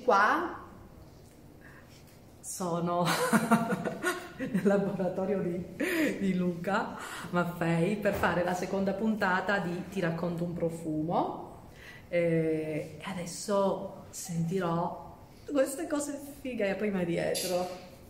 qua sono nel laboratorio di Luca Maffei per fare la seconda puntata di Ti racconto un profumo e adesso sentirò queste cose fighe prima e dietro.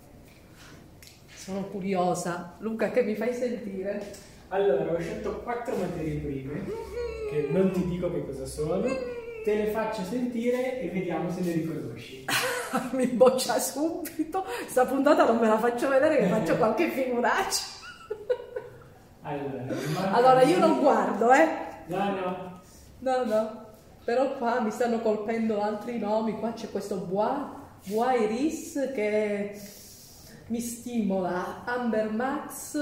Sono curiosa. Luca, che mi fai sentire? Allora, ho scelto 4 materie prime che non ti dico che cosa sono, te le faccio sentire e vediamo se le riconosci. Mi boccia subito. Sta puntata non me la faccio vedere che faccio qualche figuraccia. Allora io non guardo, No. Però qua mi stanno colpendo altri nomi. Qua c'è questo Bois Iris che mi stimola. Amber Max,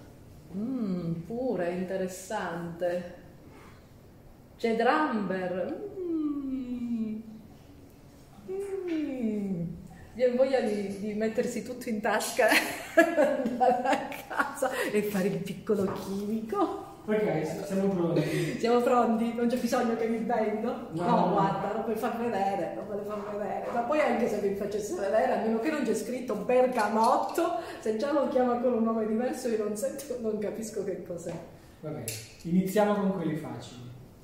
pure interessante. C'è Dramber. Viene voglia di mettersi tutto in tasca, andare a casa e fare il piccolo chimico. Ok, siamo pronti. Siamo pronti? Non c'è bisogno che mi vendo? No. Guarda, non me le fa vedere. Ma poi anche se mi facesse vedere, a meno che non c'è scritto bergamotto, se già lo chiama con un nome diverso io non capisco che cos'è. Va bene, iniziamo con quelli facili.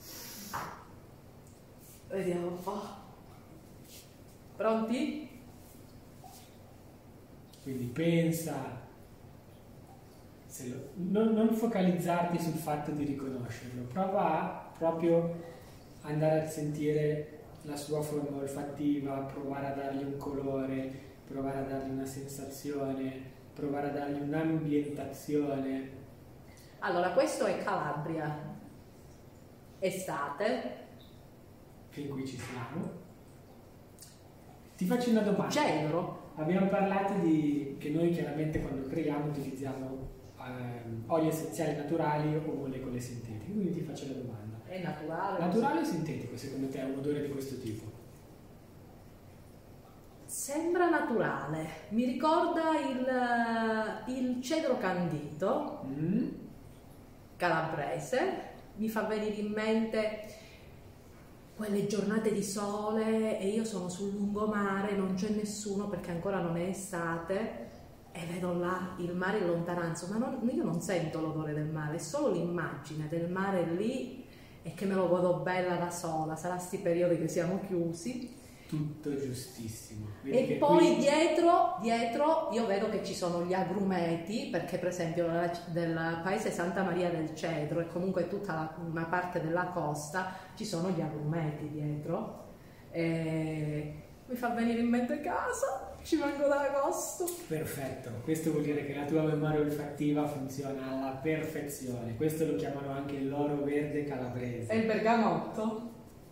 Vediamo un po'. Pronti? Quindi pensa, non focalizzarti sul fatto di riconoscerlo, prova a proprio andare a sentire la sua forma olfattiva, provare a dargli un colore, provare a dargli una sensazione, provare a dargli un'ambientazione. Allora, questo è Calabria, estate. Fin qui ci siamo. Ti faccio una domanda. Cedro. Abbiamo parlato che noi chiaramente quando creiamo utilizziamo oli essenziali naturali o molecole sintetiche, quindi ti faccio la domanda. È naturale? Naturale o sintetico secondo te un odore di questo tipo? Sembra naturale, mi ricorda il cedro candito calabrese, mi fa venire in mente quelle giornate di sole e io sono sul lungomare, non c'è nessuno perché ancora non è estate e vedo là il mare in lontananza, ma io non sento l'odore del mare, è solo l'immagine del mare lì e che me lo godo bella da sola, sarà sti periodi che siamo chiusi. Tutto giustissimo. Vedi e poi dietro io vedo che ci sono gli agrumeti, perché per esempio del paese Santa Maria del Cedro e comunque tutta una parte della costa ci sono gli agrumeti dietro e mi fa venire in mente casa, ci vengo da agosto. Perfetto, questo vuol dire che la tua memoria olfattiva funziona alla perfezione, questo lo chiamano anche l'oro verde calabrese. E il bergamotto?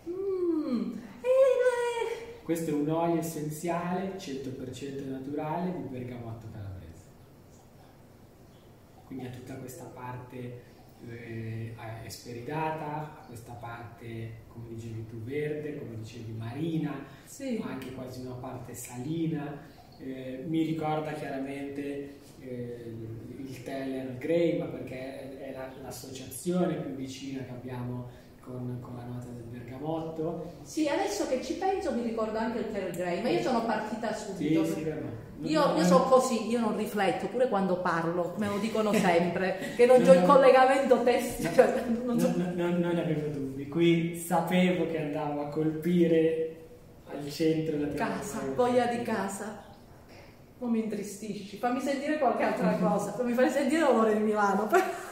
Questo è un olio essenziale 100% naturale di bergamotto calabrese. Quindi ha tutta questa parte esperidata, ha questa parte, come dicevi tu, verde, come dicevi marina, sì. Ha anche quasi una parte salina. Mi ricorda chiaramente il tè Earl Grey, ma perché è l'associazione più vicina che abbiamo con la nota del bergamotto. Sì, adesso che ci penso mi ricordo anche il Earl Grey, ma io sono partita subito. Sì, io sono così, io non rifletto, pure quando parlo, me lo dicono sempre, che non c'ho il collegamento testo. Non avevo dubbi, qui sapevo che andavo a colpire al centro la casa, voglia di casa. Non mi intristisci, fammi sentire qualche altra cosa, mi fai sentire l'odore di Milano.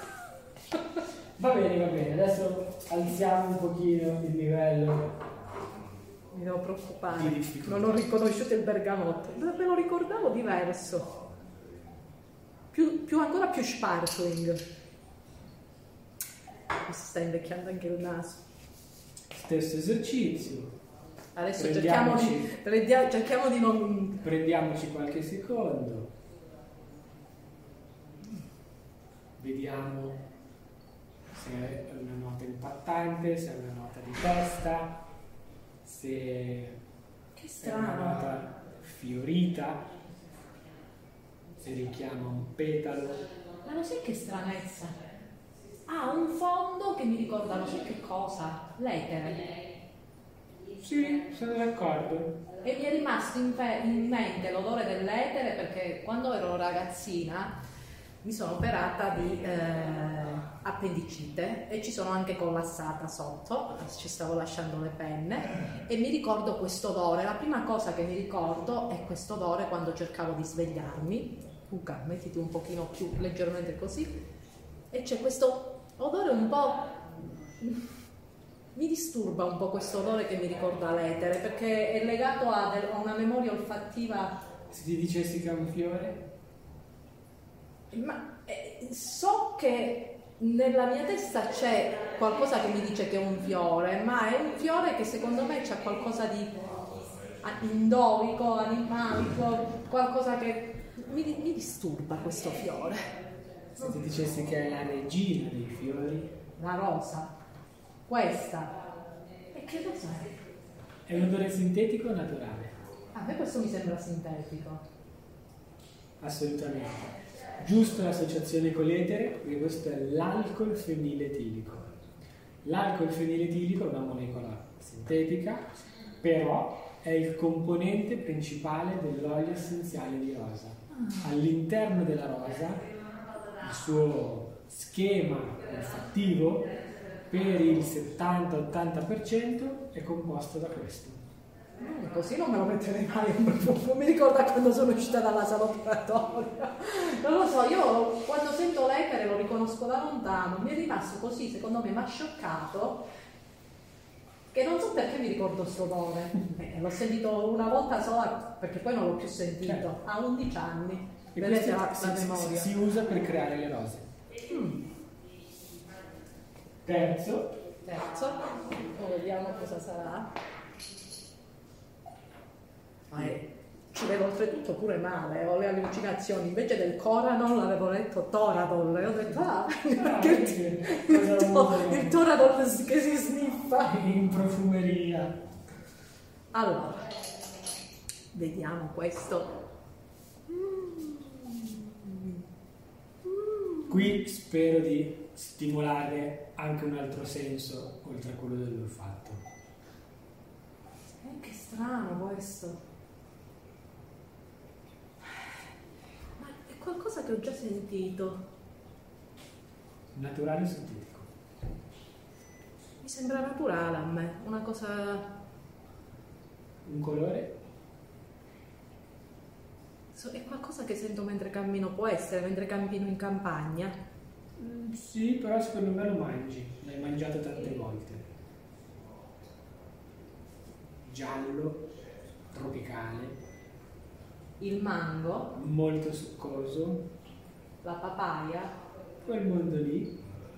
Va bene, adesso alziamo un pochino il livello. Mi devo preoccupare, non ho riconosciuto il bergamotto, me lo ricordavo diverso, ancora più sparkling. Mi sta invecchiando anche il naso. Stesso esercizio. Adesso cerchiamo di non... Prendiamoci qualche secondo. Vediamo se è una nota impattante, se è una nota di testa, se che è una nota fiorita, se richiama un petalo. Ma lo sai che stranezza? Ha un fondo che mi ricorda, lo sai che cosa? L'etere. Sì, sono d'accordo. E mi è rimasto in mente l'odore dell'etere perché quando ero ragazzina mi sono operata di appendicite e ci sono anche collassata sotto, ci stavo lasciando le penne e mi ricordo questo odore. La prima cosa che mi ricordo è questo odore quando cercavo di svegliarmi. Luca, mettiti un pochino più leggermente così, e c'è questo odore un po', mi disturba un po' questo odore che mi ricorda l'etere perché è legato a una memoria olfattiva. Se ti dicessi che è un fiore? Ma so che nella mia testa c'è qualcosa che mi dice che è un fiore, ma è un fiore che secondo me c'ha qualcosa di indovico, animalico, qualcosa che mi disturba questo fiore. Se ti dicessi che è la regina dei fiori? La rosa, questa. E che rosa è? È un odore sintetico o naturale? A me questo mi sembra sintetico. Assolutamente. Giusto l'associazione con l'etere, perché questo è l'alcol fenile etilico. L'alcol fenile etilico è una molecola sintetica, però è il componente principale dell'olio essenziale di rosa. All'interno della rosa, il suo schema olfattivo per il 70-80% è composto da questo. Così non me lo metterei mai un profumo. Mi ricorda quando sono uscita dalla sala operatoria. Non lo so, io quando sento l'etere lo riconosco da lontano. Mi è rimasto così, secondo me mi ha scioccato, che non so perché mi ricordo sto odore. L'ho sentito una volta sola perché poi non l'ho più sentito. A 11 anni. E vedete la questo memoria. si usa per creare le rose. Terzo, vediamo cosa sarà. Ci vedo oltretutto pure male, ho le allucinazioni, invece del Coranol avevo letto Toradol e ho detto perché il Toradol che si sniffa in profumeria. Allora vediamo questo. Qui spero di stimolare anche un altro senso oltre a quello dell'olfatto. Che strano questo. Qualcosa che ho già sentito. Naturale o sintetico? Mi sembra naturale a me, una cosa. Un colore? È qualcosa che sento mentre cammino, può essere mentre cammino in campagna? Sì, però secondo me lo mangi, l'hai mangiato tante volte. Giallo, tropicale. Il mango, molto succoso, la papaya, quel mondo lì,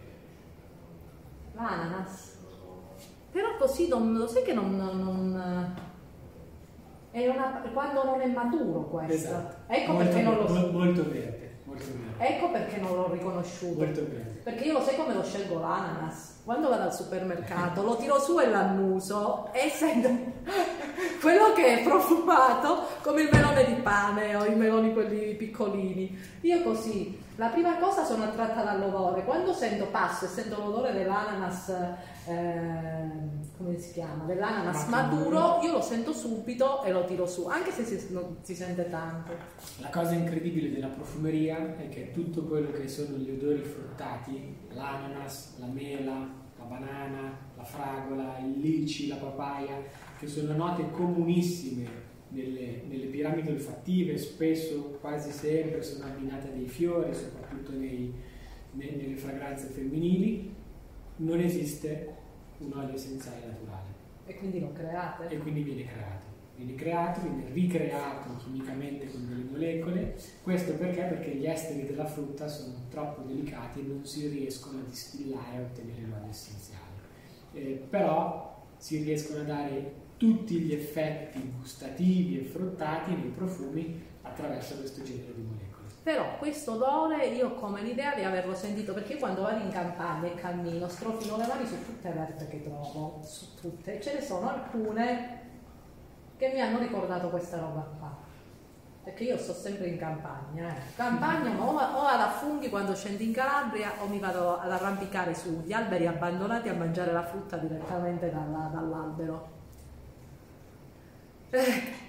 l'ananas. Però così lo sai che non è quando non è maturo questo. Esatto. Ecco molto, perché non lo so. molto verde, molto verde. Ecco perché non l'ho riconosciuto. Molto verde. Perché io lo sai come lo scelgo l'ananas? Quando vado al supermercato lo tiro su e l'annuso, essendo quello che è profumato come il melone di pane o i meloni quelli piccolini. Io così, la prima cosa sono attratta dall'odore. Quando passo e sento l'odore dell'ananas, come si chiama? Dell'ananas maturo, io lo sento subito e lo tiro su, anche se non si sente tanto. La cosa incredibile della profumeria è che tutto quello che sono gli odori fruttati, l'ananas, la mela, la banana, la fragola, il lici, la papaya, che sono note comunissime nelle piramidi olfattive, spesso, quasi sempre, sono abbinate a dei fiori, soprattutto nelle fragranze femminili, non esiste un olio essenziale naturale. E quindi lo create? E quindi viene creato, viene ricreato chimicamente con delle molecole. Questo perché gli esteri della frutta sono troppo delicati e non si riescono a distillare e a ottenere l'olio essenziale. Però si riescono a dare tutti gli effetti gustativi e fruttati nei profumi attraverso questo genere di molecole. Però questo odore io ho come l'idea di averlo sentito, perché quando vado in campagna e cammino strofino le mani su tutte le erbe che trovo, su tutte, e ce ne sono alcune che mi hanno ricordato questa roba qua, perché io sto sempre in campagna, ma o vado a funghi quando scendo in Calabria o mi vado ad arrampicare sugli alberi abbandonati a mangiare la frutta direttamente dall'albero.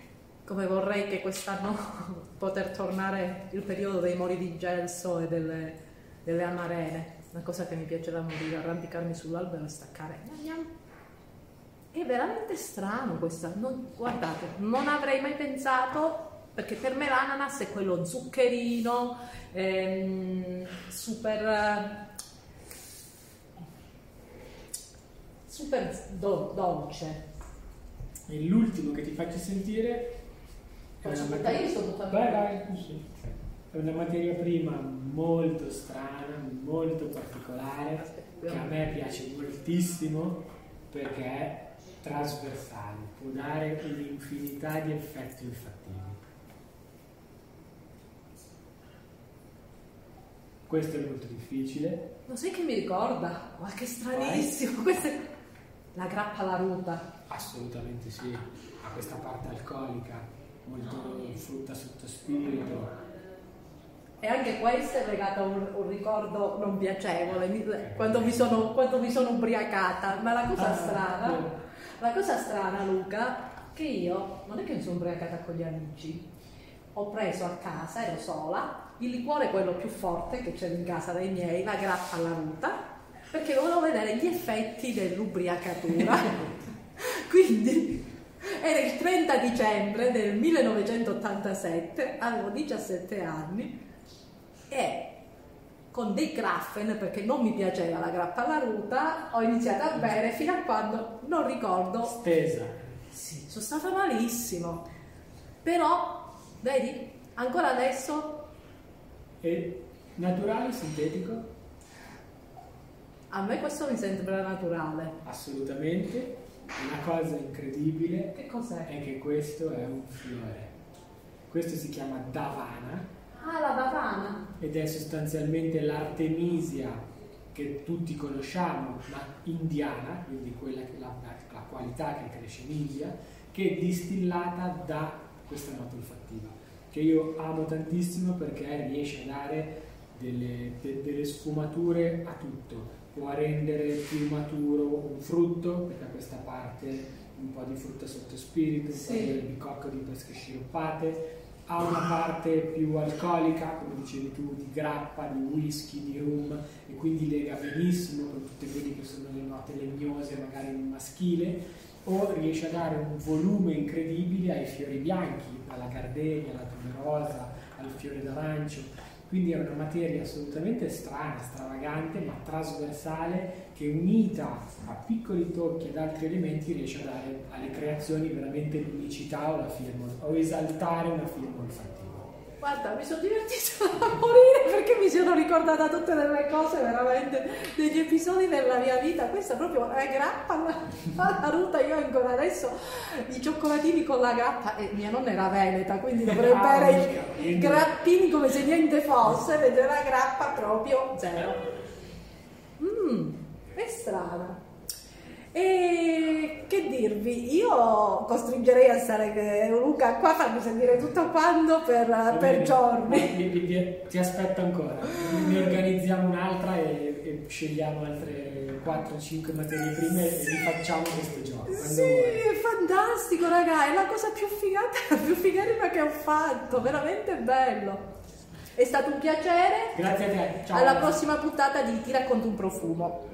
come vorrei che quest'anno poter tornare il periodo dei mori di gelso e delle amarene, una cosa che mi piace da morire, arrampicarmi sull'albero e staccare. È veramente strano questa, guardate, non avrei mai pensato, perché per me l'ananas è quello zuccherino, super dolce. E l'ultimo che ti faccio sentire è una materia prima molto strana, molto particolare, che a me piace moltissimo perché è trasversale, può dare un'infinità di effetti olfattivi. Questo è molto difficile. Lo sai che mi ricorda? Ma che stranissimo! Questa è la grappa alla ruta. Assolutamente sì, ha questa parte alcolica, molto frutta sotto spirito. E anche questo è legato a un ricordo non piacevole, quando mi sono ubriacata. Ma la cosa strana, Luca, che io non è che mi sono ubriacata con gli amici, ho preso a casa, ero sola, il liquore quello più forte che c'era in casa dei miei, la grappa alla ruta, perché volevo vedere gli effetti dell'ubriacatura. Quindi era il 30 dicembre del 1987, avevo 17 anni e con dei Kraffen, perché non mi piaceva la grappa alla ruta, ho iniziato a bere fino a quando non ricordo. Stesa. Sì, sono stata malissimo. Però, vedi, ancora adesso. E naturale, sintetico? A me questo mi sembra naturale. Assolutamente. Una cosa incredibile. Che cos'è? È che questo è un fiore. Questo si chiama davana. Ah, la davana. Ed è sostanzialmente l'artemisia che tutti conosciamo, ma indiana, quindi quella che la qualità che cresce in India, che è distillata da questa nota olfattiva, che io amo tantissimo perché riesce a dare delle sfumature a tutto. Può rendere più maturo un frutto, perché ha questa parte un po' di frutta sotto spirito, un po' di albicocca di pesche sciroppate, ha una parte più alcolica, come dicevi tu, di grappa, di whisky, di rum, e quindi lega benissimo con tutte quelle che sono le note legnose, magari in maschile, o riesce a dare un volume incredibile ai fiori bianchi, alla gardenia, alla tuberosa, al fiore d'arancio. Quindi è una materia assolutamente strana, stravagante, ma trasversale, che unita a piccoli tocchi ed altri elementi riesce a dare alle creazioni veramente l'unicità o esaltare una firma olfattiva. Guarda, mi sono divertita a morire perché mi sono ricordata tutte delle cose, veramente, degli episodi della mia vita. Questa proprio è grappa alla ruta. Io ancora adesso i cioccolatini con la grappa, e mia nonna era veneta, quindi dovrei bere i grappini come se niente fosse, vedere la grappa proprio zero. È strana. E che dirvi, io costringerei a stare Luca qua, farmi sentire tutto quanto per giorni. Ti aspetto ancora, ne organizziamo un'altra e scegliamo altre 4-5 materie prime e rifacciamo questo gioco. Sì, è fantastico, raga, è la cosa più figarina che ho fatto, veramente bello. È stato un piacere. Grazie a te, ciao. Alla prossima puntata di Ti racconto un profumo.